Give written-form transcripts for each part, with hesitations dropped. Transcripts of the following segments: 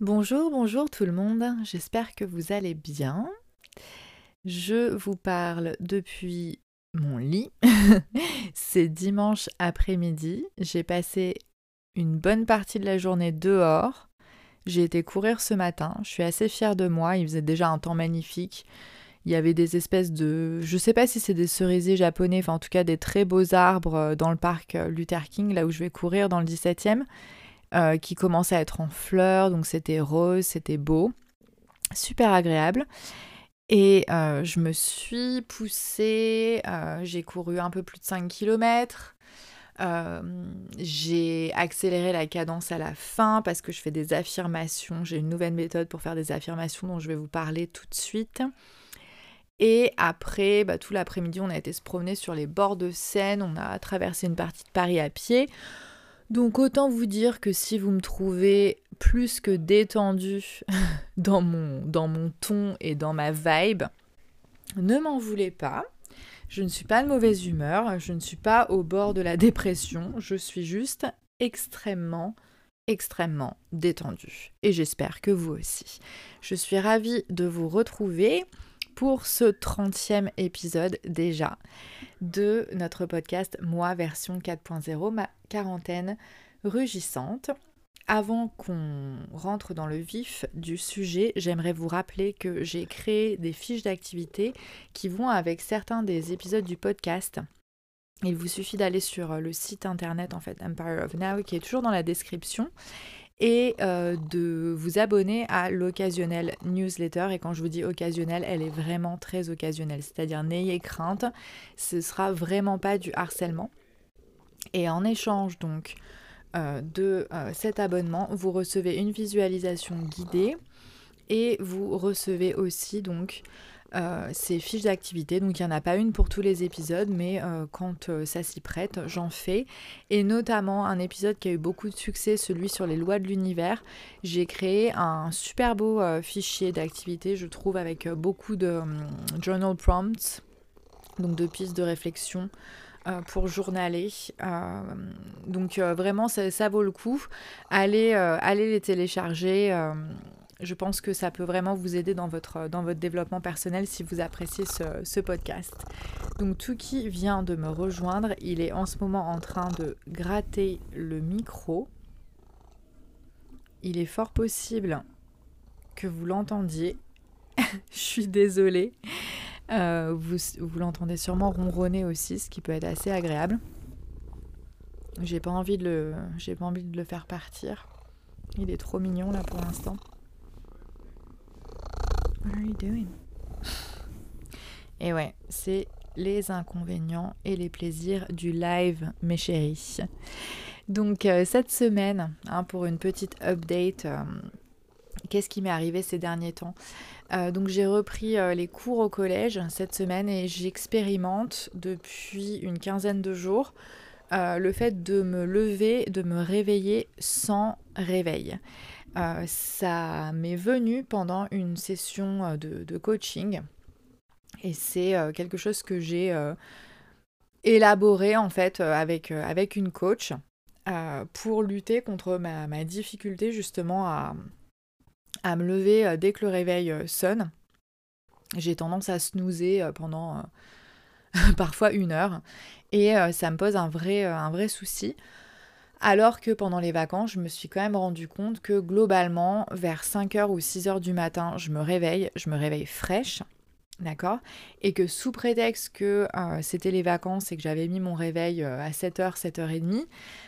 Bonjour, bonjour tout le monde, j'espère que vous allez bien. Je vous parle depuis mon lit. C'est dimanche après-midi, j'ai passé une bonne partie de la journée dehors. J'ai été courir ce matin, je suis assez fière de moi, il faisait déjà un temps magnifique. Il y avait des espèces de... Je sais pas si c'est des cerisiers japonais, enfin en tout cas des très beaux arbres dans le parc Luther King, là où je vais courir dans le 17e. Qui commençait à être en fleurs, donc c'était rose, c'était beau, super agréable. Et je me suis poussée, j'ai couru un peu plus de 5 km. J'ai accéléré la cadence à la fin parce que je fais des affirmations. J'ai une nouvelle méthode pour faire des affirmations dont je vais vous parler tout de suite. Et après, tout l'après-midi, on a été se promener sur les bords de Seine. On a traversé une partie de Paris à pied. Donc autant vous dire que si vous me trouvez plus que détendue dans mon ton et dans ma vibe, ne m'en voulez pas. Je ne suis pas de mauvaise humeur, je ne suis pas au bord de la dépression, je suis juste extrêmement détendue. Et j'espère que vous aussi. Je suis ravie de vous retrouver pour ce 30e épisode déjà de notre podcast Moi version 4.0, ma quarantaine rugissante. Avant qu'on rentre dans le vif du sujet, j'aimerais vous rappeler que j'ai créé des fiches d'activité qui vont avec certains des épisodes du podcast. Il vous suffit d'aller sur le site internet Empire of Now qui est toujours dans la description et de vous abonner à l'occasionnel newsletter. Et quand je vous dis occasionnel, elle est vraiment très occasionnelle, c'est-à-dire n'ayez crainte, ce sera vraiment pas du harcèlement. Et en échange donc de cet abonnement, vous recevez une visualisation guidée et vous recevez aussi donc ces fiches d'activité. Donc il n'y en a pas une pour tous les épisodes, mais quand ça s'y prête, j'en fais. Et notamment un épisode qui a eu beaucoup de succès, celui sur les lois de l'univers. J'ai créé un super beau fichier d'activité, je trouve, avec beaucoup de journal prompts, donc de pistes de réflexion pour journaler. Donc vraiment, ça vaut le coup. Allez les télécharger. Je pense que ça peut vraiment vous aider dans votre développement personnel si vous appréciez ce podcast. Donc Touki vient de me rejoindre. Il est en ce moment en train de gratter le micro. Il est fort possible que vous l'entendiez. Je suis désolée. Vous l'entendez sûrement ronronner aussi, ce qui peut être assez agréable. J'ai pas envie de le faire partir. Il est trop mignon là pour l'instant. What are you doing? Et ouais, c'est les inconvénients et les plaisirs du live, mes chéris. Donc cette semaine, pour une petite update, qu'est-ce qui m'est arrivé ces derniers temps? Donc j'ai repris les cours au collège cette semaine et j'expérimente depuis une quinzaine de jours le fait de me lever, de me réveiller sans réveil. Ça m'est venu pendant une session de coaching et c'est quelque chose que j'ai élaboré en fait avec une coach pour lutter contre ma difficulté justement à me lever dès que le réveil sonne. J'ai tendance à snoozer pendant parfois 1 heure et ça me pose un vrai souci. Alors que pendant les vacances, je me suis quand même rendu compte que globalement, vers 5h ou 6h du matin, je me réveille fraîche, d'accord? Et que sous prétexte que c'était les vacances et que j'avais mis mon réveil à 7h, 7h30,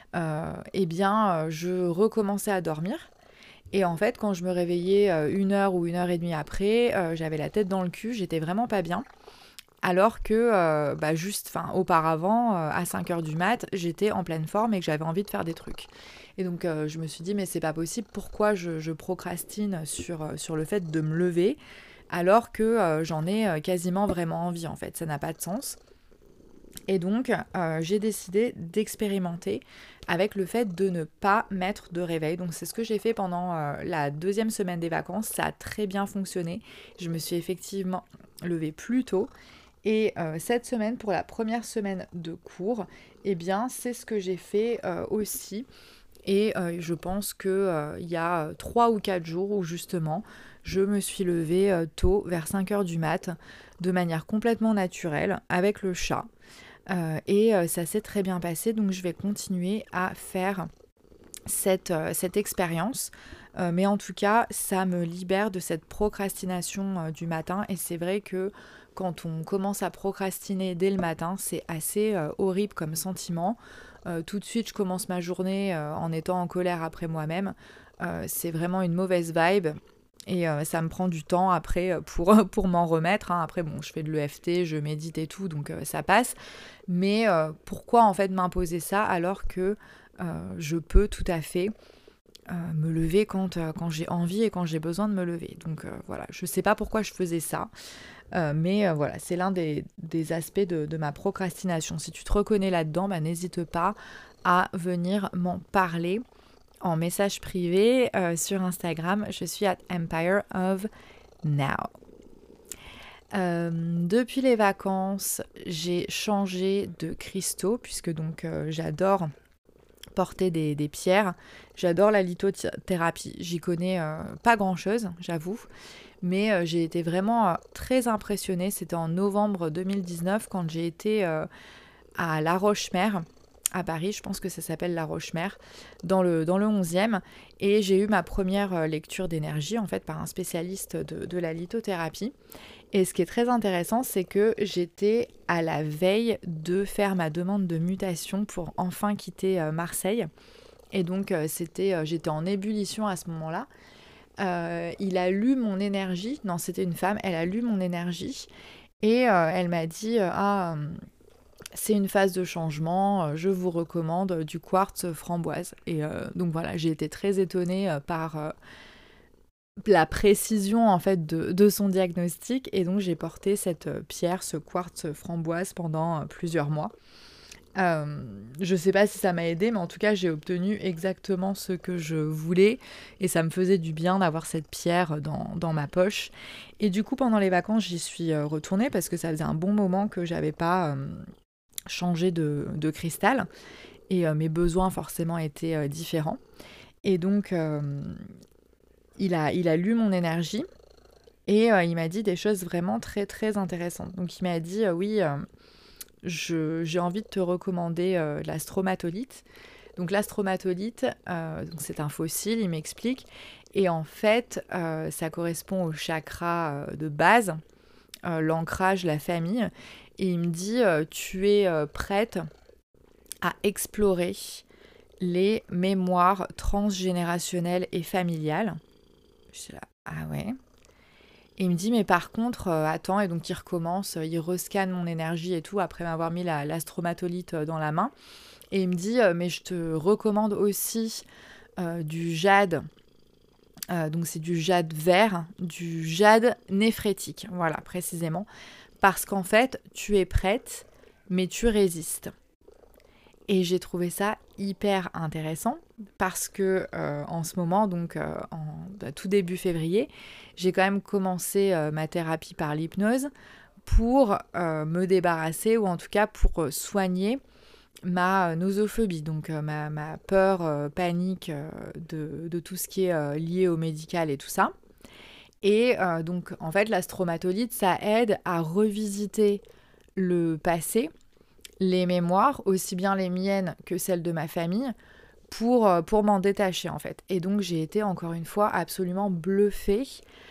je recommençais à dormir. Et en fait, quand je me réveillais 1 heure ou 1h30 après, j'avais la tête dans le cul, j'étais vraiment pas bien. Alors que auparavant, à 5h du mat, j'étais en pleine forme et que j'avais envie de faire des trucs. Et donc je me suis dit, mais c'est pas possible, pourquoi je procrastine sur le fait de me lever alors que j'en ai quasiment vraiment envie en fait, ça n'a pas de sens. Et donc j'ai décidé d'expérimenter avec le fait de ne pas mettre de réveil. Donc c'est ce que j'ai fait pendant la 2e semaine des vacances, ça a très bien fonctionné. Je me suis effectivement levée plus tôt. Et cette semaine, pour la première semaine de cours, c'est ce que j'ai fait aussi. Et je pense qu'il y a 3 ou 4 jours où justement je me suis levée tôt, vers 5h du mat, de manière complètement naturelle, avec le chat. Et ça s'est très bien passé, donc je vais continuer à faire cette expérience. Mais en tout cas, ça me libère de cette procrastination du matin. Et c'est vrai que quand on commence à procrastiner dès le matin, c'est assez horrible comme sentiment. Tout de suite, je commence ma journée en étant en colère après moi-même. C'est vraiment une mauvaise vibe. Et ça me prend du temps après pour m'en remettre. Hein. Après, bon, je fais de l'EFT, je médite et tout, donc ça passe. Mais pourquoi en fait m'imposer ça alors que je peux tout à fait me lever quand j'ai envie et quand j'ai besoin de me lever. Donc voilà, je sais pas pourquoi je faisais ça, mais voilà, c'est l'un des aspects de ma procrastination. Si tu te reconnais là-dedans, n'hésite pas à venir m'en parler en message privé sur Instagram. Je suis @empireofnow. Depuis les vacances, j'ai changé de cristaux puisque donc j'adore porter des pierres. J'adore la lithothérapie. J'y connais pas grand-chose, j'avoue. Mais j'ai été vraiment très impressionnée. C'était en novembre 2019 quand j'ai été à La Roche-Mère, à Paris. Je pense que ça s'appelle La Roche-Mère, dans le 11e. Et j'ai eu ma première lecture d'énergie, en fait, par un spécialiste de la lithothérapie. Et ce qui est très intéressant, c'est que j'étais à la veille de faire ma demande de mutation pour enfin quitter Marseille. Et donc, j'étais en ébullition à ce moment-là. Il a lu mon énergie. Non, c'était une femme. Elle a lu mon énergie. Et elle m'a dit c'est une phase de changement. Je vous recommande du quartz framboise. Et donc voilà, j'ai été très étonnée par la précision en fait de son diagnostic. Et donc j'ai porté cette pierre, ce quartz framboise pendant plusieurs mois. Je sais pas si ça m'a aidé, mais en tout cas j'ai obtenu exactement ce que je voulais et ça me faisait du bien d'avoir cette pierre dans ma poche. Et du coup pendant les vacances j'y suis retournée parce que ça faisait un bon moment que j'avais pas changé de cristal et mes besoins forcément étaient différents. Et donc il a lu mon énergie et il m'a dit des choses vraiment très très intéressantes. Donc il m'a dit oui, j'ai envie de te recommander la stromatolite. Donc la stromatolite, c'est un fossile, il m'explique. Et en fait, ça correspond au chakra de base, l'ancrage, la famille. Et il me dit, tu es prête à explorer les mémoires transgénérationnelles et familiales. Je suis là, ah ouais. Et il me dit, mais par contre, attends, et donc il recommence, il rescanne mon énergie et tout, après m'avoir mis la stromatolite dans la main. Et il me dit, mais je te recommande aussi du jade, donc c'est du jade vert, du jade néphrétique, voilà, précisément. Parce qu'en fait, tu es prête, mais tu résistes. Et j'ai trouvé ça hyper intéressant parce que en ce moment, donc tout début février, j'ai quand même commencé ma thérapie par l'hypnose pour me débarrasser ou en tout cas pour soigner ma nosophobie, donc ma peur, panique de tout ce qui est lié au médical et tout ça. Et donc en fait la stromatolite, ça aide à revisiter le passé, les mémoires, aussi bien les miennes que celles de ma famille, pour m'en détacher en fait. Et donc j'ai été encore une fois absolument bluffée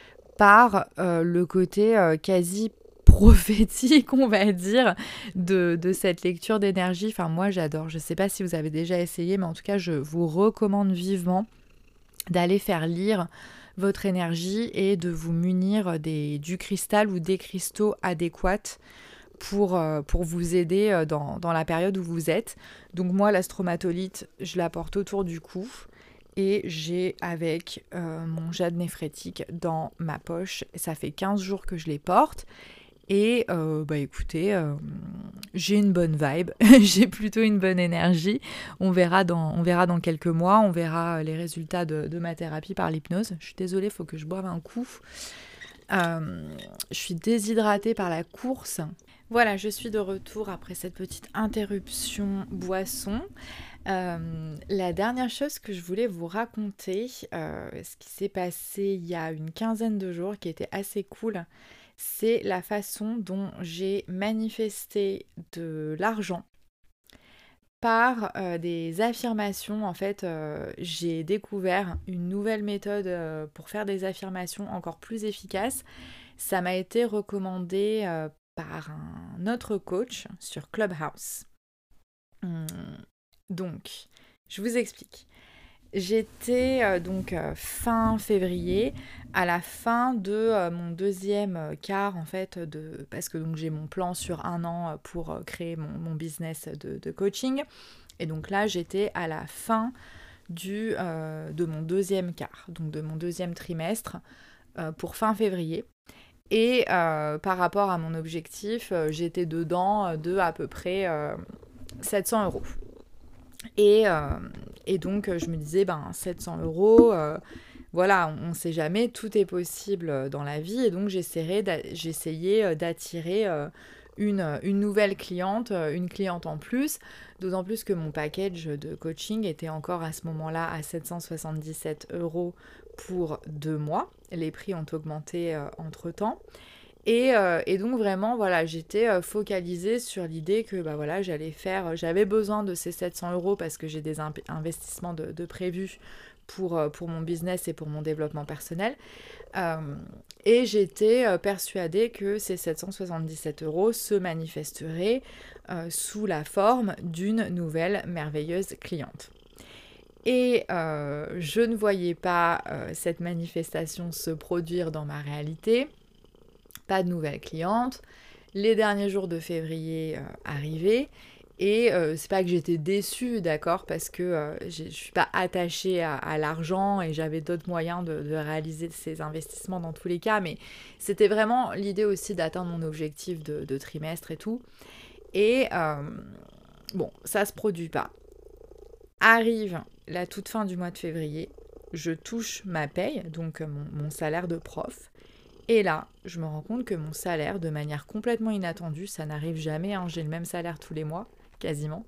par le côté quasi prophétique, on va dire, de cette lecture d'énergie. Enfin moi j'adore, je ne sais pas si vous avez déjà essayé, mais en tout cas je vous recommande vivement d'aller faire lire votre énergie et de vous munir du cristal ou des cristaux adéquats pour vous aider dans la période où vous êtes. Donc moi, la stromatolite, je la porte autour du cou et j'ai avec mon jade néphrétique dans ma poche. Ça fait 15 jours que je les porte et écoutez, j'ai une bonne vibe, j'ai plutôt une bonne énergie. On verra dans quelques mois, on verra les résultats de ma thérapie par l'hypnose. Je suis désolée, il faut que je boive un coup. Je suis déshydratée par la course. Voilà, je suis de retour après cette petite interruption boisson. La dernière chose que je voulais vous raconter, ce qui s'est passé il y a une quinzaine de jours, qui était assez cool, c'est la façon dont j'ai manifesté de l'argent par des affirmations. En fait, j'ai découvert une nouvelle méthode pour faire des affirmations encore plus efficaces. Ça m'a été recommandé par un autre coach sur Clubhouse. Hum, Donc, je vous explique. J'étais fin février, à la fin de mon deuxième quart en fait, parce que donc j'ai mon plan sur un an pour créer mon business de coaching. Et donc là, j'étais à la fin de mon deuxième quart, donc de mon deuxième trimestre pour fin février. Et par rapport à mon objectif, j'étais dedans de à peu près 700 €. Et donc, je me disais, 700 €, voilà, on ne sait jamais, tout est possible dans la vie. Et donc, j'essayais d'attirer une nouvelle cliente, une cliente en plus. D'autant plus que mon package de coaching était encore à ce moment-là à 777 € pour 2 mois. Les prix ont augmenté entre-temps. Et donc vraiment, voilà, j'étais focalisée sur l'idée que voilà, j'avais besoin de ces 700 € parce que j'ai des investissements de prévus pour mon business et pour mon développement personnel. Et j'étais persuadée que ces 777 € se manifesteraient sous la forme d'une nouvelle merveilleuse cliente. Et je ne voyais pas cette manifestation se produire dans ma réalité. Pas de nouvelles clientes. Les derniers jours de février arrivaient. Et c'est pas que j'étais déçue, d'accord, parce que je suis pas attachée à l'argent et j'avais d'autres moyens de réaliser ces investissements dans tous les cas, mais c'était vraiment l'idée aussi d'atteindre mon objectif de trimestre et tout. Et bon, ça se produit pas. Arrive la toute fin du mois de février, je touche ma paye, donc mon salaire de prof. Et là, je me rends compte que mon salaire, de manière complètement inattendue, ça n'arrive jamais, hein, j'ai le même salaire tous les mois, quasiment,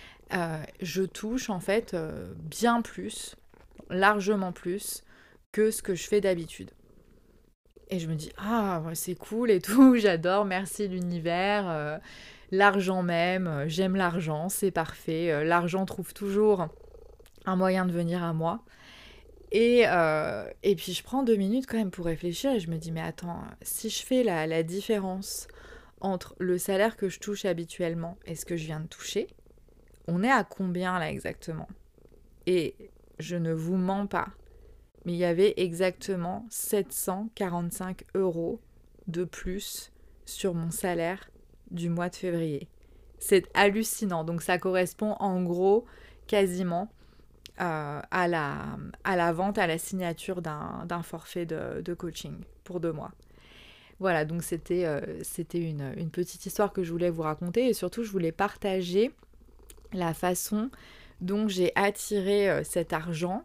je touche en fait bien plus, largement plus, que ce que je fais d'habitude. Et je me dis, ah, c'est cool et tout, j'adore, merci l'univers, l'argent même, j'aime l'argent, c'est parfait, l'argent trouve toujours un moyen de venir à moi. Et puis je prends 2 minutes quand même pour réfléchir et je me dis, mais attends, si je fais la différence entre le salaire que je touche habituellement et ce que je viens de toucher, on est à combien là exactement? Et je ne vous mens pas, mais il y avait exactement 745 € de plus sur mon salaire du mois de février. C'est hallucinant, donc ça correspond en gros quasiment à la vente, à la signature d'un forfait de coaching pour 2 mois. Voilà, donc c'était une petite histoire que je voulais vous raconter et surtout je voulais partager la façon dont j'ai attiré cet argent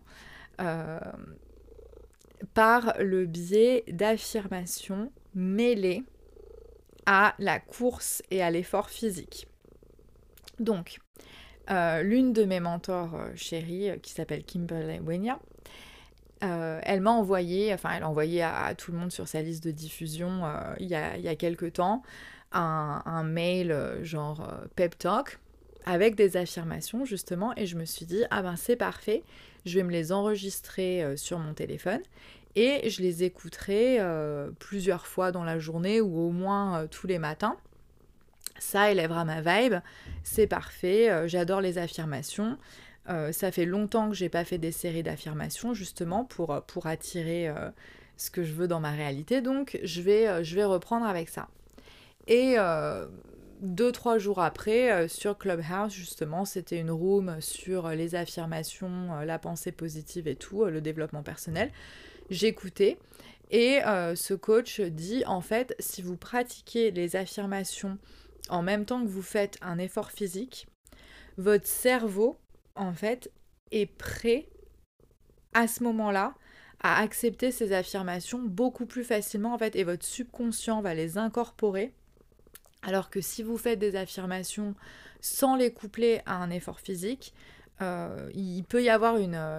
par le biais d'affirmations mêlées à la course et à l'effort physique. Donc, l'une de mes mentors chéries, qui s'appelle Kimberly Wenya, elle a envoyé à tout le monde sur sa liste de diffusion il y a quelques temps un mail genre pep talk avec des affirmations justement, et je me suis dit, ah ben c'est parfait, je vais me les enregistrer sur mon téléphone et je les écouterai plusieurs fois dans la journée ou au moins tous les matins. Ça élèvera ma vibe, c'est parfait, j'adore les affirmations. Ça fait longtemps que j'ai pas fait des séries d'affirmations justement pour attirer ce que je veux dans ma réalité, donc je vais reprendre avec ça. Et 2-3 jours après, sur Clubhouse justement, c'était une room sur les affirmations, la pensée positive et tout, le développement personnel. J'écoutais et ce coach dit, en fait, si vous pratiquez les affirmations en même temps que vous faites un effort physique, votre cerveau, en fait, est prêt à ce moment-là à accepter ces affirmations beaucoup plus facilement, en fait, et votre subconscient va les incorporer. Alors que si vous faites des affirmations sans les coupler à un effort physique, il peut y avoir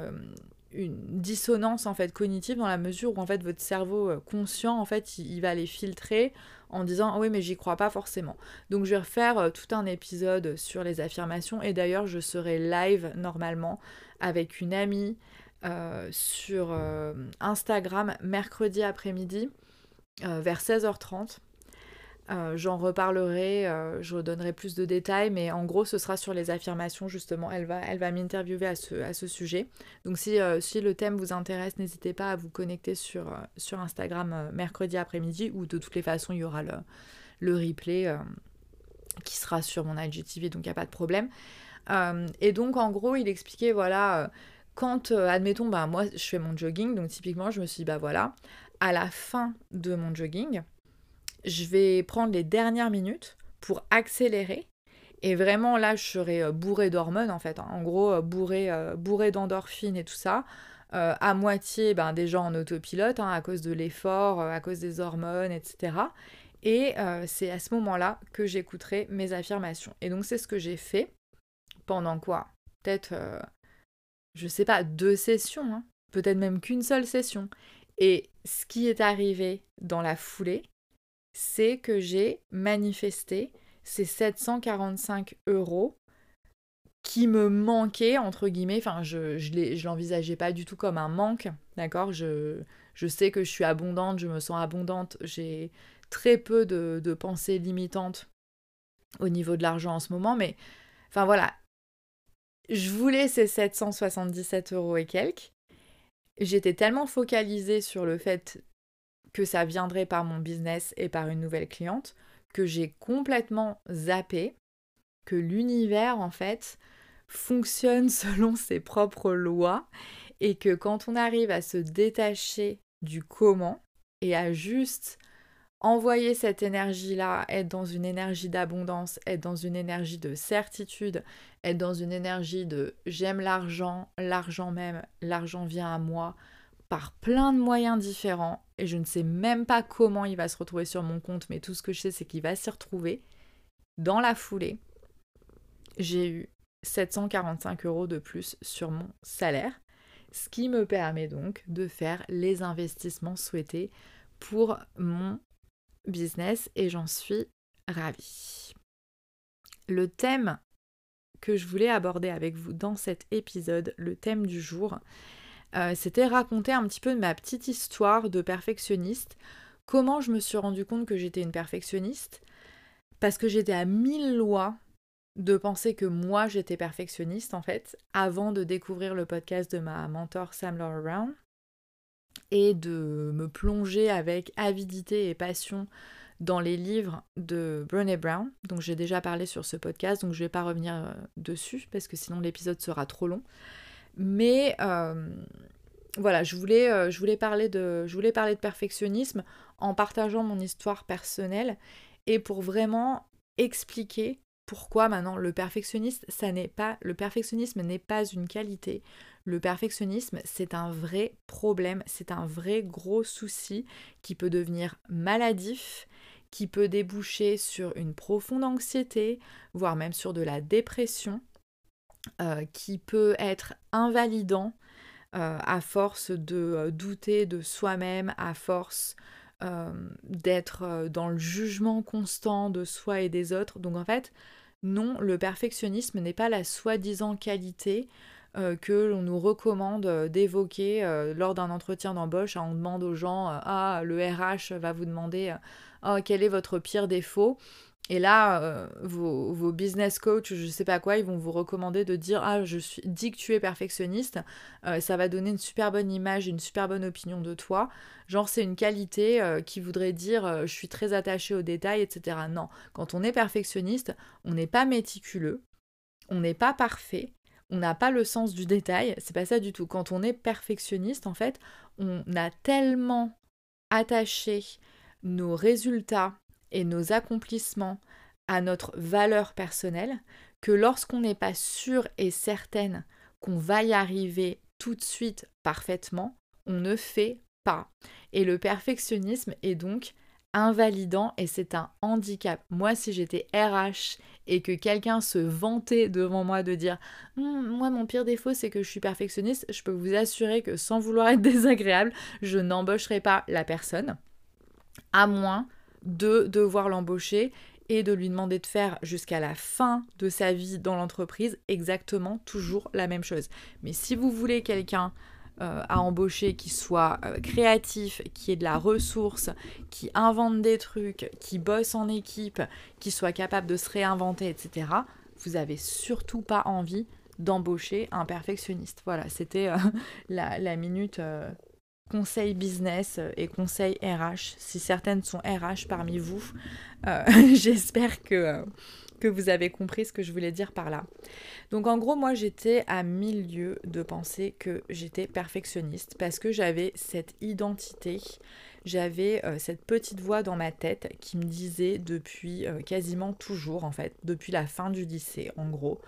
une dissonance en fait cognitive dans la mesure où en fait votre cerveau conscient en fait il va les filtrer en disant ah oui mais j'y crois pas forcément. Donc je vais refaire tout un épisode sur les affirmations et d'ailleurs je serai live normalement avec une amie sur Instagram mercredi après-midi vers 16h30. J'en reparlerai, je donnerai plus de détails, mais en gros, ce sera sur les affirmations, justement. Elle va m'interviewer à ce sujet. Donc, si le thème vous intéresse, n'hésitez pas à vous connecter sur Instagram mercredi après-midi, ou de toutes les façons, il y aura le replay qui sera sur mon IGTV, donc il n'y a pas de problème. Et donc, en gros, il expliquait, voilà, quand, admettons, bah, moi, je fais mon jogging, donc typiquement, je me suis dit, bah voilà, à la fin de mon jogging, je vais prendre les dernières minutes pour accélérer. Et vraiment, là, je serai bourrée d'hormones, en fait. En gros, bourrée d'endorphines et tout ça. À moitié, déjà en autopilote, à cause de l'effort, à cause des hormones, etc. Et c'est à ce moment-là que j'écouterai mes affirmations. Et donc, c'est ce que j'ai fait pendant quoi? Peut-être, je sais pas, 2 sessions, peut-être même qu'une seule session. Et ce qui est arrivé dans la foulée, c'est que j'ai manifesté ces 745 € qui me manquaient, entre guillemets. Enfin, je l'envisageais pas du tout comme un manque, d'accord, je sais que je suis abondante, je me sens abondante, j'ai très peu de pensées limitantes au niveau de l'argent en ce moment, mais enfin voilà, je voulais ces 777 € et quelques. J'étais tellement focalisée sur le fait que ça viendrait par mon business et par une nouvelle cliente, que j'ai complètement zappé que l'univers, en fait, fonctionne selon ses propres lois et que quand on arrive à se détacher du comment et à juste envoyer cette énergie-là, être dans une énergie d'abondance, être dans une énergie de certitude, être dans une énergie de j'aime l'argent, l'argent même, l'argent vient à moi, par plein de moyens différents et je ne sais même pas comment il va se retrouver sur mon compte, mais tout ce que je sais c'est qu'il va s'y retrouver. Dans la foulée, j'ai eu 745 € de plus sur mon salaire, ce qui me permet donc de faire les investissements souhaités pour mon business et j'en suis ravie. Le thème que je voulais aborder avec vous dans cet épisode, le thème du jour, c'était raconter un petit peu de ma petite histoire de perfectionniste, comment je me suis rendu compte que j'étais une perfectionniste, parce que j'étais à 1000 lois de penser que moi j'étais perfectionniste en fait, avant de découvrir le podcast de ma mentor Sam Laura Brown et de me plonger avec avidité et passion dans les livres de Brené Brown, donc j'ai déjà parlé sur ce podcast, donc je vais pas revenir dessus parce que sinon l'épisode sera trop long. Mais voilà, je voulais parler de perfectionnisme en partageant mon histoire personnelle et pour vraiment expliquer pourquoi maintenant le perfectionnisme n'est pas une qualité. Le perfectionnisme, c'est un vrai problème, c'est un vrai gros souci qui peut devenir maladif, qui peut déboucher sur une profonde anxiété, voire même sur de la dépression, qui peut être invalidant à force de douter de soi-même, à force d'être dans le jugement constant de soi et des autres. Donc en fait, non, le perfectionnisme n'est pas la soi-disant qualité que l'on nous recommande d'évoquer lors d'un entretien d'embauche. On demande aux gens, le RH va vous demander quel est votre pire défaut. Et là, vos business coach, je sais pas quoi, ils vont vous recommander de dire dis que tu es perfectionniste, ça va donner une super bonne image, une super bonne opinion de toi. Genre c'est une qualité qui voudrait dire je suis très attachée aux détails, etc. Non, quand on est perfectionniste, on n'est pas méticuleux, on n'est pas parfait, on n'a pas le sens du détail, c'est pas ça du tout. Quand on est perfectionniste, en fait, on a tellement attaché nos résultats et nos accomplissements à notre valeur personnelle que lorsqu'on n'est pas sûr et certaine qu'on va y arriver tout de suite parfaitement, on ne fait pas. Et le perfectionnisme est donc invalidant et c'est un handicap. Moi, si j'étais RH et que quelqu'un se vantait devant moi de dire moi, mon pire défaut, c'est que je suis perfectionniste », je peux vous assurer que sans vouloir être désagréable, je n'embaucherai pas la personne, à moins de devoir l'embaucher et de lui demander de faire jusqu'à la fin de sa vie dans l'entreprise exactement toujours la même chose. Mais si vous voulez quelqu'un à embaucher qui soit créatif, qui ait de la ressource, qui invente des trucs, qui bosse en équipe, qui soit capable de se réinventer, etc., vous n'avez surtout pas envie d'embaucher un perfectionniste. Voilà, c'était la minute conseil business et conseil RH. Si certaines sont RH parmi vous, j'espère que vous avez compris ce que je voulais dire par là. Donc en gros, moi j'étais à milieu de penser que j'étais perfectionniste parce que j'avais cette identité, j'avais cette petite voix dans ma tête qui me disait depuis quasiment toujours en fait, depuis la fin du lycée en gros,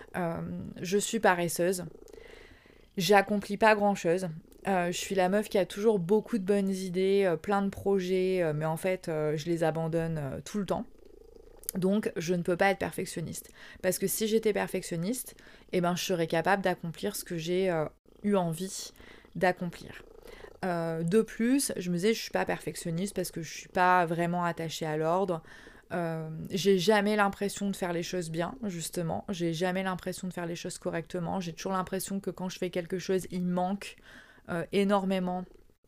je suis paresseuse, j'accomplis pas grand chose. Je suis la meuf qui a toujours beaucoup de bonnes idées, plein de projets, mais en fait je les abandonne tout le temps. Donc, je ne peux pas être perfectionniste. Parce que si j'étais perfectionniste, eh ben, je serais capable d'accomplir ce que j'ai eu envie d'accomplir. De plus, je me disais, je ne suis pas perfectionniste parce que je ne suis pas vraiment attachée à l'ordre. J'ai jamais l'impression de faire les choses bien, justement. J'ai jamais l'impression de faire les choses correctement. J'ai toujours l'impression que quand je fais quelque chose, il manque énormément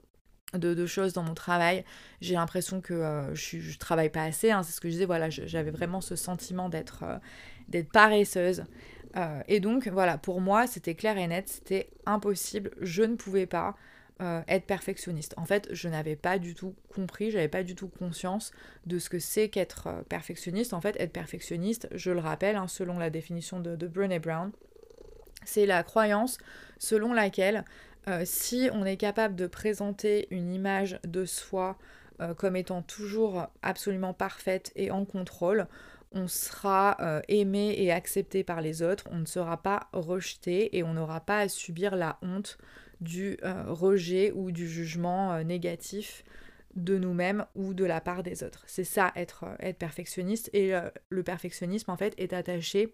de choses dans mon travail. J'ai l'impression que je travaille pas assez, hein, c'est ce que je disais, voilà, j'avais vraiment ce sentiment d'être paresseuse. Et donc, voilà, pour moi, c'était clair et net, c'était impossible, je ne pouvais pas être perfectionniste. En fait, je n'avais pas du tout compris, j'avais pas du tout conscience de ce que c'est qu'être perfectionniste. En fait, être perfectionniste, je le rappelle, hein, selon la définition de Brené Brown, c'est la croyance selon laquelle si on est capable de présenter une image de soi comme étant toujours absolument parfaite et en contrôle, on sera aimé et accepté par les autres, on ne sera pas rejeté et on n'aura pas à subir la honte du rejet ou du jugement négatif de nous-mêmes ou de la part des autres. C'est ça, être perfectionniste. Et le perfectionnisme, en fait, est attaché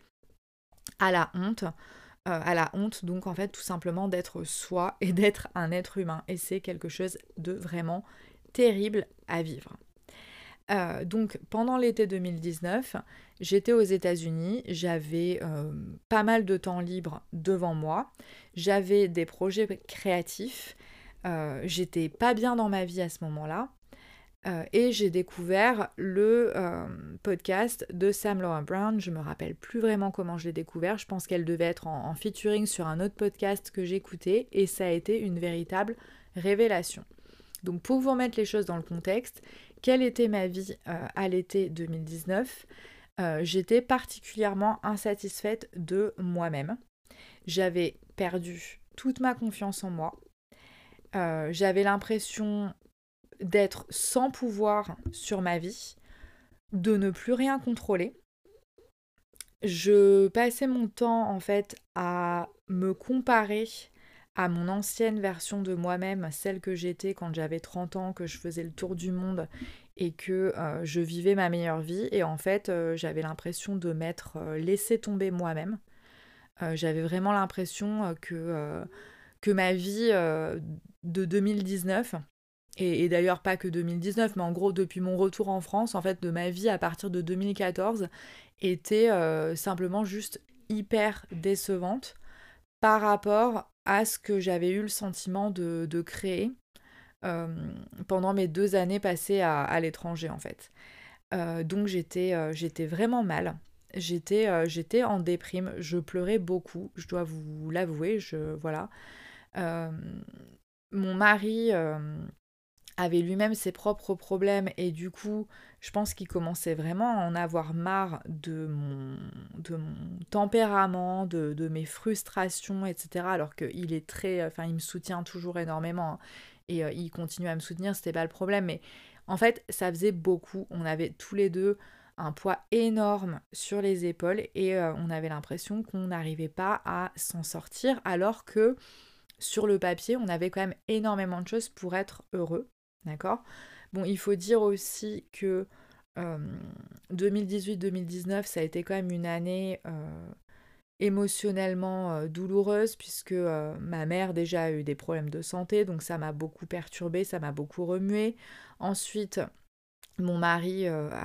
à la honte. Donc en fait tout simplement d'être soi et d'être un être humain. Et c'est quelque chose de vraiment terrible à vivre. Donc pendant l'été 2019, j'étais aux États-Unis, j'avais pas mal de temps libre devant moi, j'avais des projets créatifs, j'étais pas bien dans ma vie à ce moment-là. Et j'ai découvert le podcast de Sam Laura Brown. Je me rappelle plus vraiment comment je l'ai découvert. Je pense qu'elle devait être en featuring sur un autre podcast que j'écoutais et ça a été une véritable révélation. Donc pour vous remettre les choses dans le contexte, quelle était ma vie à l'été 2019 ? J'étais particulièrement insatisfaite de moi-même. J'avais perdu toute ma confiance en moi. J'avais l'impression d'être sans pouvoir sur ma vie, de ne plus rien contrôler. Je passais mon temps en fait à me comparer à mon ancienne version de moi-même, celle que j'étais quand j'avais 30 ans, que je faisais le tour du monde et que je vivais ma meilleure vie. Et en fait, j'avais l'impression de m'être laissé tomber moi-même. J'avais vraiment l'impression que ma vie de 2019, et d'ailleurs pas que 2019, mais en gros depuis mon retour en France, en fait de ma vie à partir de 2014, était simplement juste hyper décevante par rapport à ce que j'avais eu le sentiment de créer pendant mes 2 années passées à l'étranger en fait. Donc j'étais vraiment mal. J'étais en déprime, je pleurais beaucoup, je dois vous l'avouer, voilà. Mon mari avait lui-même ses propres problèmes et du coup, je pense qu'il commençait vraiment à en avoir marre de mon tempérament, de mes frustrations, etc. Alors qu'il est il me soutient toujours énormément, hein, et il continue à me soutenir, c'était pas le problème, mais en fait, ça faisait beaucoup. On avait tous les deux un poids énorme sur les épaules et on avait l'impression qu'on n'arrivait pas à s'en sortir alors que sur le papier, on avait quand même énormément de choses pour être heureux. D'accord ? Bon, il faut dire aussi que 2018-2019, ça a été quand même une année émotionnellement douloureuse puisque ma mère déjà a eu des problèmes de santé, donc ça m'a beaucoup perturbée, ça m'a beaucoup remuée. Ensuite, mon mari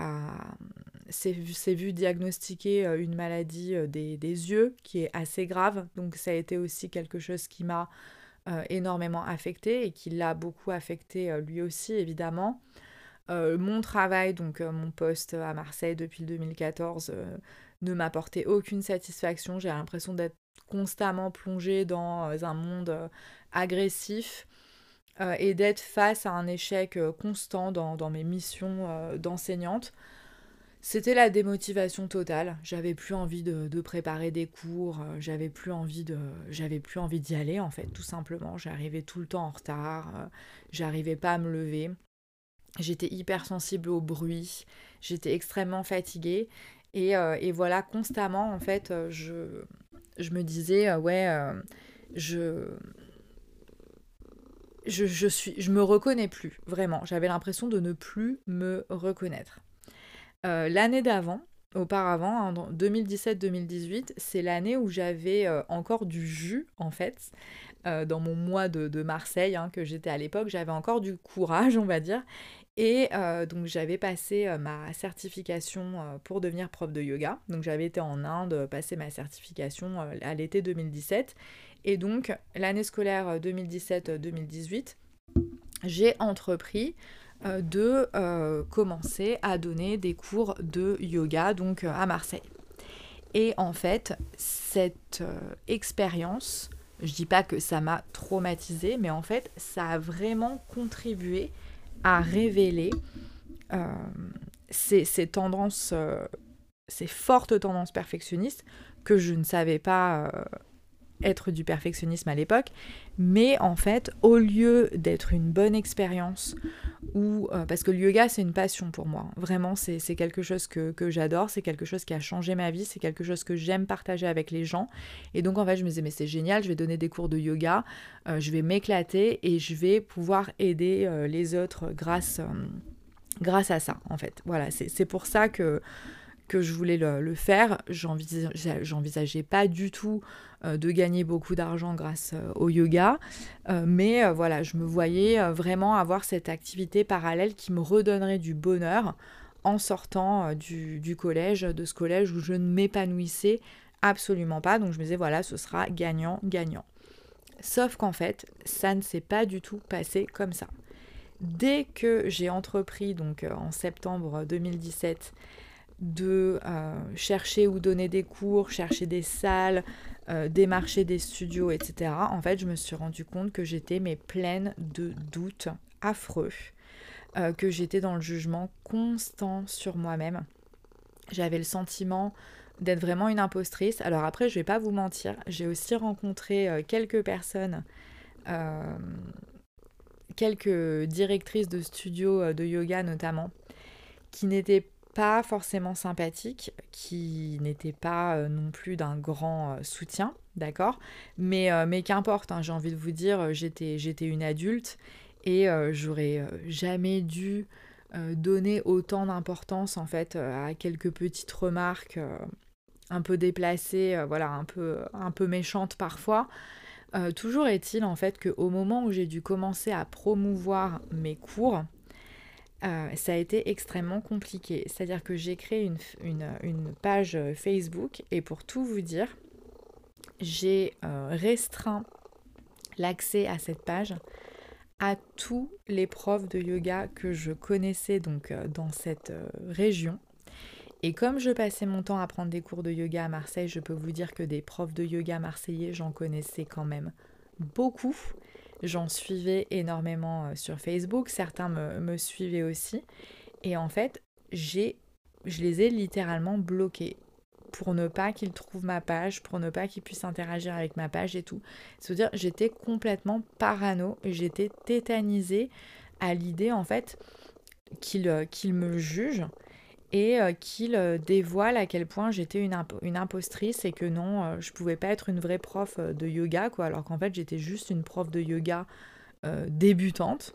s'est vu diagnostiquer une maladie des yeux qui est assez grave, donc ça a été aussi quelque chose qui m'a énormément affectée et qui l'a beaucoup affecté lui aussi évidemment. Mon travail, donc mon poste à Marseille depuis le 2014, ne m'apportait aucune satisfaction. J'ai l'impression d'être constamment plongée dans un monde agressif et d'être face à un échec constant dans mes missions d'enseignante. C'était la démotivation totale. J'avais plus envie de préparer des cours, j'avais plus envie d'y aller en fait, tout simplement. J'arrivais tout le temps en retard, j'arrivais pas à me lever. J'étais hyper sensible au bruit, j'étais extrêmement fatiguée et voilà, constamment en fait, je me disais ouais, je, je me reconnais plus, vraiment. J'avais l'impression de ne plus me reconnaître. L'année d'avant, auparavant, hein, en 2017-2018, c'est l'année où j'avais encore du jus en fait. Dans mon mois de Marseille, hein, que j'étais à l'époque, j'avais encore du courage, on va dire. Et donc j'avais passé ma certification pour devenir prof de yoga. Donc j'avais été en Inde passer ma certification à l'été 2017. Et donc l'année scolaire 2017-2018, j'ai entrepris de commencer à donner des cours de yoga donc à Marseille. Et en fait, cette expérience, je dis pas que ça m'a traumatisée, mais en fait, ça a vraiment contribué à révéler euh, ces tendances, ces fortes tendances perfectionnistes que je ne savais pas être du perfectionnisme à l'époque, mais en fait, au lieu d'être une bonne expérience, parce que le yoga c'est une passion pour moi, vraiment c'est quelque chose que j'adore, c'est quelque chose qui a changé ma vie, c'est quelque chose que j'aime partager avec les gens, et donc en fait je me disais mais c'est génial, je vais donner des cours de yoga, je vais m'éclater et je vais pouvoir aider les autres grâce à ça en fait. Voilà, c'est pour ça que je voulais le faire. J'envisageais pas du tout de gagner beaucoup d'argent grâce au yoga, mais voilà, je me voyais vraiment avoir cette activité parallèle qui me redonnerait du bonheur en sortant du collège, de ce collège où je ne m'épanouissais absolument pas. Donc je me disais voilà, ce sera gagnant-gagnant. Sauf qu'en fait, ça ne s'est pas du tout passé comme ça. Dès que j'ai entrepris, donc en septembre 2017, de chercher où donner des cours, chercher des salles, démarcher des studios, etc. En fait, je me suis rendu compte que j'étais pleine de doutes affreux, que j'étais dans le jugement constant sur moi-même. J'avais le sentiment d'être vraiment une impostrice. Alors après, je vais pas vous mentir, j'ai aussi rencontré quelques personnes, quelques directrices de studios de yoga notamment, qui n'étaient pas forcément sympathiques, qui n'étaient pas non plus d'un grand soutien, d'accord, mais qu'importe, hein, j'ai envie de vous dire, j'étais une adulte et j'aurais jamais dû donner autant d'importance en fait à quelques petites remarques un peu déplacées, voilà, un peu méchantes parfois. Toujours est-il en fait qu'au moment où j'ai dû commencer à promouvoir mes cours, ça a été extrêmement compliqué. C'est-à-dire que j'ai créé une page Facebook et pour tout vous dire, j'ai restreint l'accès à cette page à tous les profs de yoga que je connaissais donc dans cette région. Et comme je passais mon temps à prendre des cours de yoga à Marseille, je peux vous dire que des profs de yoga marseillais, j'en connaissais quand même beaucoup. J'en suivais énormément sur Facebook, certains me suivaient aussi. Et en fait, je les ai littéralement bloqués pour ne pas qu'ils trouvent ma page, pour ne pas qu'ils puissent interagir avec ma page et tout. C'est-à-dire, j'étais complètement parano, j'étais tétanisée à l'idée en fait qu'ils me jugent et qu'il dévoile à quel point j'étais une impostrice et que non, je pouvais pas être une vraie prof de yoga, quoi, alors qu'en fait j'étais juste une prof de yoga débutante,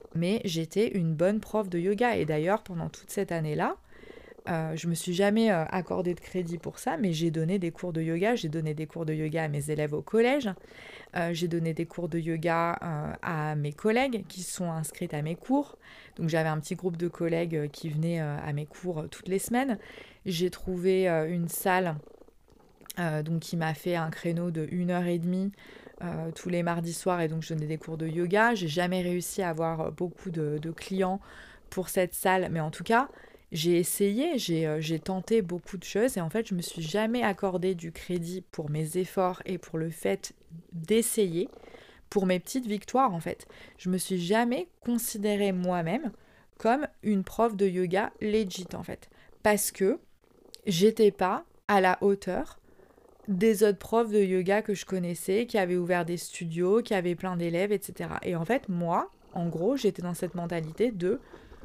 mais j'étais une bonne prof de yoga. Et d'ailleurs, pendant toute cette année-là, je me suis jamais accordé de crédit pour ça, mais j'ai donné des cours de yoga. J'ai donné des cours de yoga à mes élèves au collège. J'ai donné des cours de yoga à mes collègues qui sont inscrites à mes cours. Donc j'avais un petit groupe de collègues qui venaient à mes cours toutes les semaines. J'ai trouvé une salle donc qui m'a fait un créneau de 1h30 tous les mardis soirs, et donc je donnais des cours de yoga. J'ai jamais réussi à avoir beaucoup de clients pour cette salle, mais en tout cas, j'ai essayé, j'ai tenté beaucoup de choses, et en fait, je me suis jamais accordé du crédit pour mes efforts et pour le fait d'essayer, pour mes petites victoires en fait. Je me suis jamais considérée moi-même comme une prof de yoga legit en fait, parce que j'étais pas à la hauteur des autres profs de yoga que je connaissais, qui avaient ouvert des studios, qui avaient plein d'élèves, etc. Et en fait, moi, en gros, j'étais dans cette mentalité de,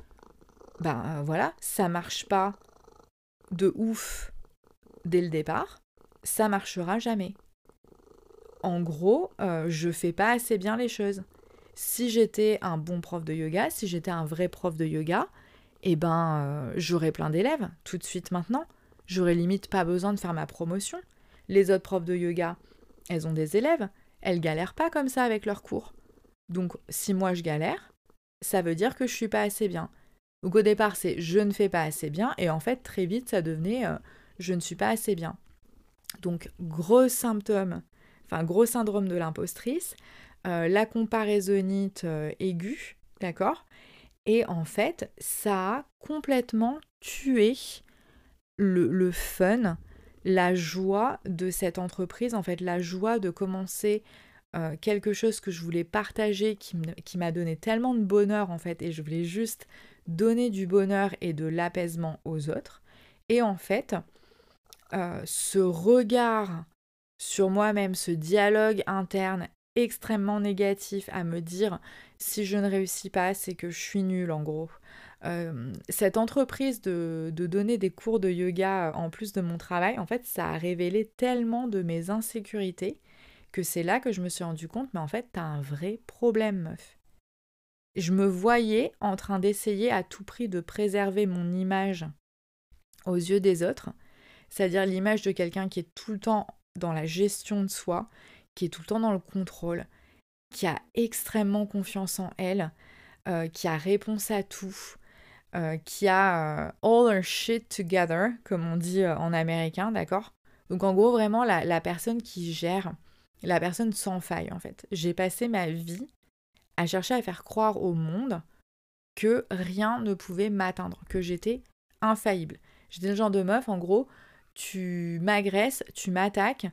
voilà, ça marche pas de ouf dès le départ, ça marchera jamais. En gros, je fais pas assez bien les choses. Si j'étais un bon prof de yoga, si j'étais un vrai prof de yoga, j'aurais plein d'élèves tout de suite maintenant. J'aurais limite pas besoin de faire ma promotion. Les autres profs de yoga, elles ont des élèves, elles galèrent pas comme ça avec leurs cours. Donc si moi je galère, ça veut dire que je suis pas assez bien. Donc au départ c'est je ne fais pas assez bien, et en fait très vite ça devenait je ne suis pas assez bien. Donc gros syndrome de l'impostrice, la comparaisonnite aiguë, d'accord? Et en fait ça a complètement tué le fun, la joie de cette entreprise, en fait, la joie de commencer quelque chose que je voulais partager, qui m'a donné tellement de bonheur, en fait, et je voulais juste donner du bonheur et de l'apaisement aux autres. Et en fait, ce regard sur moi-même, ce dialogue interne extrêmement négatif à me dire si je ne réussis pas, c'est que je suis nulle en gros. Cette entreprise de donner des cours de yoga en plus de mon travail, en fait, ça a révélé tellement de mes insécurités que c'est là que je me suis rendu compte, mais en fait, t'as un vrai problème, meuf. Je me voyais en train d'essayer à tout prix de préserver mon image aux yeux des autres, c'est-à-dire l'image de quelqu'un qui est tout le temps dans la gestion de soi, qui est tout le temps dans le contrôle, qui a extrêmement confiance en elle, qui a réponse à tout, qui a all her shit together, comme on dit en américain, d'accord? Donc en gros, vraiment la personne qui gère, la personne sans faille en fait. J'ai passé ma vie à chercher à faire croire au monde que rien ne pouvait m'atteindre, que j'étais infaillible. J'étais le genre de meuf, en gros, tu m'agresses, tu m'attaques,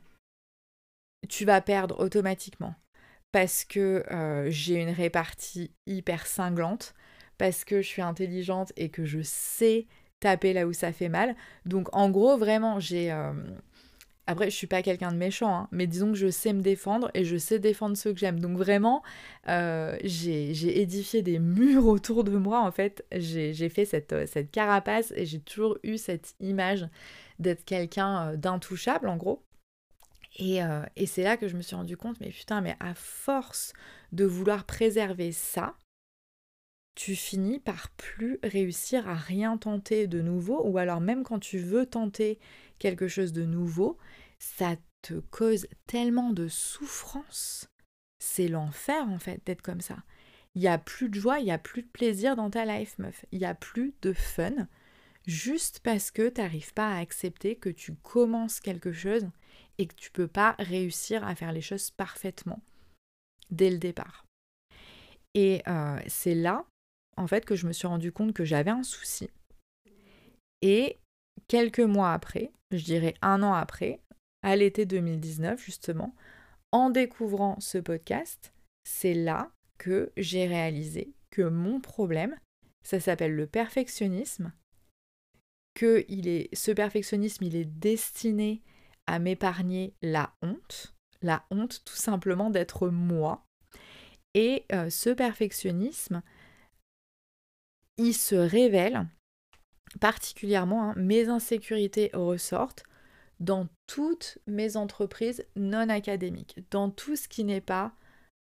tu vas perdre automatiquement. Parce que j'ai une répartie hyper cinglante, parce que je suis intelligente et que je sais taper là où ça fait mal. Donc en gros, vraiment, j'ai... Après, je suis pas quelqu'un de méchant, hein, mais disons que je sais me défendre et je sais défendre ceux que j'aime. Donc vraiment, j'ai édifié des murs autour de moi, en fait. J'ai fait cette carapace, et j'ai toujours eu cette image d'être quelqu'un d'intouchable, en gros. Et c'est là que je me suis rendu compte, mais putain, mais à force de vouloir préserver ça, tu finis par plus réussir à rien tenter de nouveau, ou alors même quand tu veux tenter quelque chose de nouveau, ça te cause tellement de souffrance. C'est l'enfer en fait d'être comme ça. Il n'y a plus de joie, il n'y a plus de plaisir dans ta life, meuf. Il n'y a plus de fun, juste parce que tu n'arrives pas à accepter que tu commences quelque chose et que tu peux pas réussir à faire les choses parfaitement dès le départ. Et c'est là, en fait, que je me suis rendu compte que j'avais un souci. Et quelques mois après, je dirais 1 an après, à l'été 2019 justement, en découvrant ce podcast, c'est là que j'ai réalisé que mon problème, ça s'appelle le perfectionnisme, que ce perfectionnisme, il est destiné à m'épargner la honte tout simplement d'être moi. Et ce perfectionnisme, il se révèle particulièrement, hein, mes insécurités ressortent dans toutes mes entreprises non académiques, dans tout ce qui n'est pas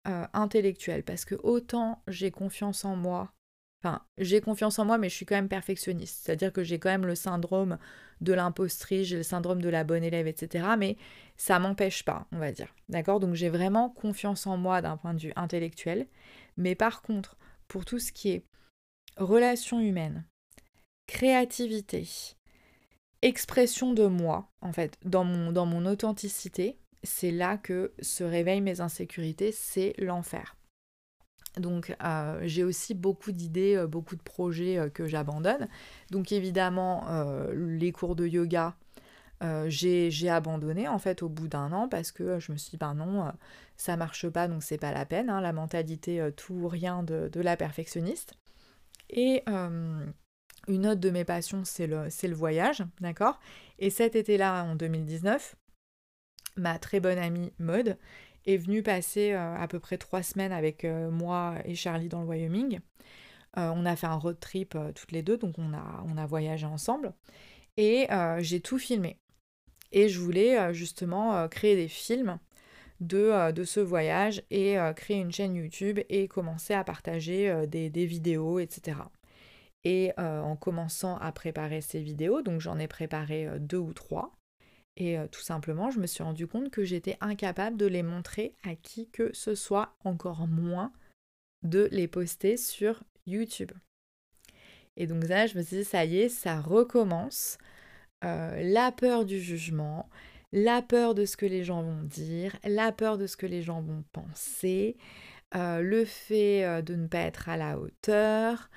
intellectuel, parce que autant j'ai confiance en moi, mais je suis quand même perfectionniste, c'est-à-dire que j'ai quand même le syndrome de l'impostrice, j'ai le syndrome de la bonne élève, etc. Mais ça m'empêche pas, on va dire, d'accord? Donc j'ai vraiment confiance en moi d'un point de vue intellectuel, mais par contre, pour tout ce qui est relations humaines, créativité, expression de moi, en fait, dans mon authenticité, c'est là que se réveillent mes insécurités, c'est l'enfer. Donc j'ai aussi beaucoup d'idées, beaucoup de projets que j'abandonne. Donc évidemment, les cours de yoga, j'ai abandonné en fait au bout d'un an parce que je me suis dit, ben non, ça marche pas, donc c'est pas la peine, hein, la mentalité tout ou rien de la perfectionniste. Et une autre de mes passions, c'est le voyage, d'accord? Et cet été-là, en 2019, ma très bonne amie Maud est venue passer à peu près 3 semaines avec moi et Charlie dans le Wyoming. On a fait un road trip toutes les deux, donc on a voyagé ensemble. Et j'ai tout filmé. Et je voulais justement créer des films de ce voyage et créer une chaîne YouTube et commencer à partager des vidéos, etc. Et en commençant à préparer ces vidéos, donc j'en ai préparé 2 ou 3, et tout simplement je me suis rendu compte que j'étais incapable de les montrer à qui que ce soit, encore moins de les poster sur YouTube. Et donc là je me suis dit ça y est, ça recommence. La peur du jugement, la peur de ce que les gens vont dire, la peur de ce que les gens vont penser, le fait de ne pas être à la hauteur,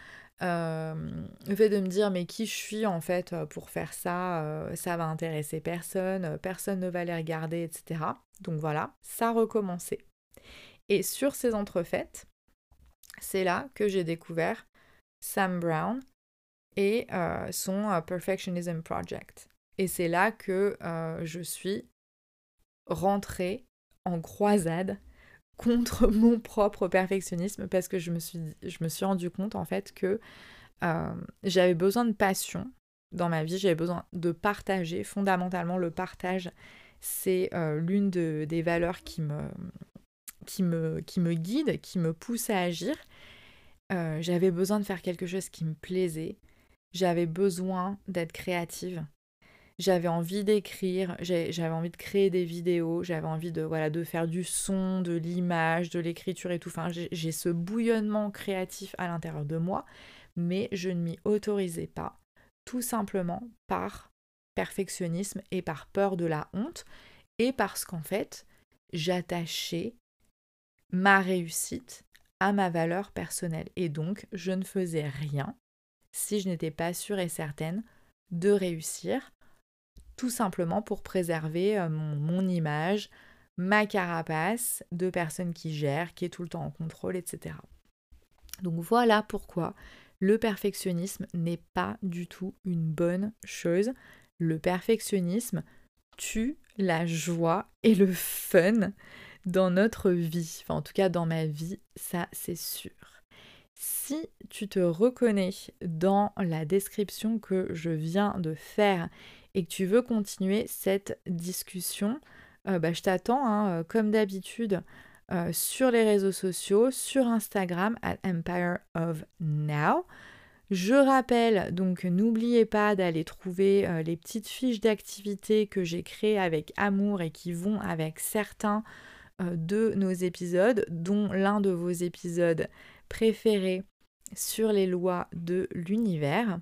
le fait de me dire mais qui je suis en fait pour faire ça, ça va intéresser personne, personne ne va les regarder, etc. Donc voilà, ça recommençait. Et sur ces entrefaites, c'est là que j'ai découvert Sam Brown et son Perfectionism Project. Et c'est là que je suis rentrée en croisade contre mon propre perfectionnisme parce que je me suis rendu compte en fait que j'avais besoin de passion dans ma vie, j'avais besoin de partager. Fondamentalement, le partage, c'est l'une des valeurs qui me guide, qui me pousse à agir. J'avais besoin de faire quelque chose qui me plaisait. J'avais besoin d'être créative. J'avais envie d'écrire, j'avais envie de créer des vidéos, j'avais envie de faire du son, de l'image, de l'écriture et tout. Enfin, j'ai ce bouillonnement créatif à l'intérieur de moi, mais je ne m'y autorisais pas, tout simplement par perfectionnisme et par peur de la honte, et parce qu'en fait, j'attachais ma réussite à ma valeur personnelle. Et donc, je ne faisais rien si je n'étais pas sûre et certaine de réussir, tout simplement pour préserver mon image, ma carapace de personne qui gère, qui est tout le temps en contrôle, etc. Donc voilà pourquoi le perfectionnisme n'est pas du tout une bonne chose. Le perfectionnisme tue la joie et le fun dans notre vie. Enfin, en tout cas, dans ma vie, ça c'est sûr. Si tu te reconnais dans la description que je viens de faire et que tu veux continuer cette discussion, je t'attends, hein, comme d'habitude, sur les réseaux sociaux, sur Instagram, @EmpireOfNow. Je rappelle, donc n'oubliez pas d'aller trouver les petites fiches d'activités que j'ai créées avec amour et qui vont avec certains de nos épisodes, dont l'un de vos épisodes préférés sur les lois de l'univers.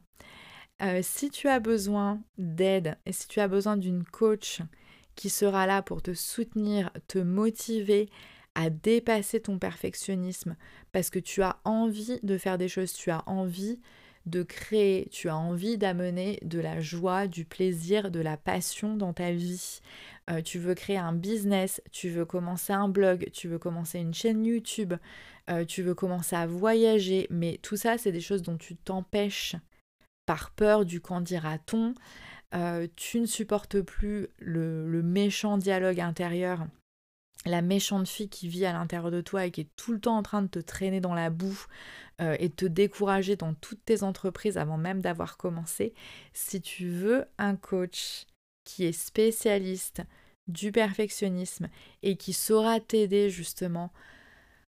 Si tu as besoin d'aide et si tu as besoin d'une coach qui sera là pour te soutenir, te motiver à dépasser ton perfectionnisme parce que tu as envie de faire des choses, tu as envie de créer, tu as envie d'amener de la joie, du plaisir, de la passion dans ta vie. Tu veux créer un business, tu veux commencer un blog, tu veux commencer une chaîne YouTube, tu veux commencer à voyager, mais tout ça, c'est des choses dont tu t'empêches par peur du qu'en dira-t-on. Tu ne supportes plus le méchant dialogue intérieur, la méchante fille qui vit à l'intérieur de toi et qui est tout le temps en train de te traîner dans la boue et de te décourager dans toutes tes entreprises avant même d'avoir commencé. Si tu veux un coach qui est spécialiste du perfectionnisme et qui saura t'aider justement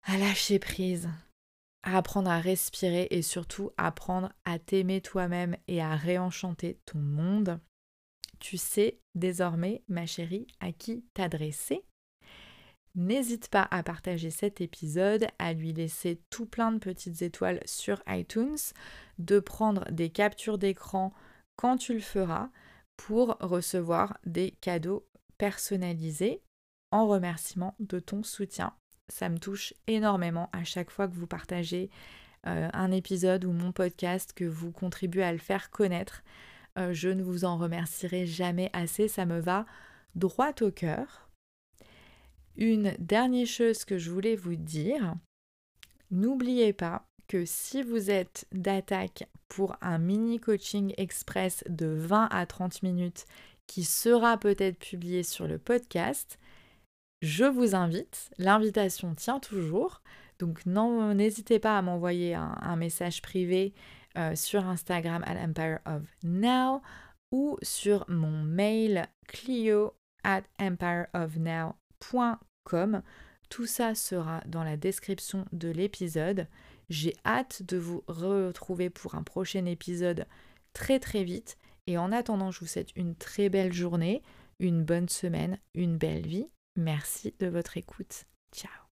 à lâcher prise, à apprendre à respirer et surtout apprendre à t'aimer toi-même et à réenchanter ton monde, tu sais désormais, ma chérie, à qui t'adresser. N'hésite pas à partager cet épisode, à lui laisser tout plein de petites étoiles sur iTunes, de prendre des captures d'écran quand tu le feras pour recevoir des cadeaux personnalisés en remerciement de ton soutien. Ça me touche énormément à chaque fois que vous partagez un épisode ou mon podcast, que vous contribuez à le faire connaître. Je ne vous en remercierai jamais assez, ça me va droit au cœur. Une dernière chose que je voulais vous dire, n'oubliez pas que si vous êtes d'attaque pour un mini coaching express de 20 à 30 minutes qui sera peut-être publié sur le podcast, je vous invite, l'invitation tient toujours, donc n'hésitez pas à m'envoyer un message privé sur Instagram @empireofnow ou sur mon mail clio@empireofnow.com. Tout ça sera dans la description de l'épisode. J'ai hâte de vous retrouver pour un prochain épisode très très vite. Et en attendant, je vous souhaite une très belle journée, une bonne semaine, une belle vie. Merci de votre écoute. Ciao.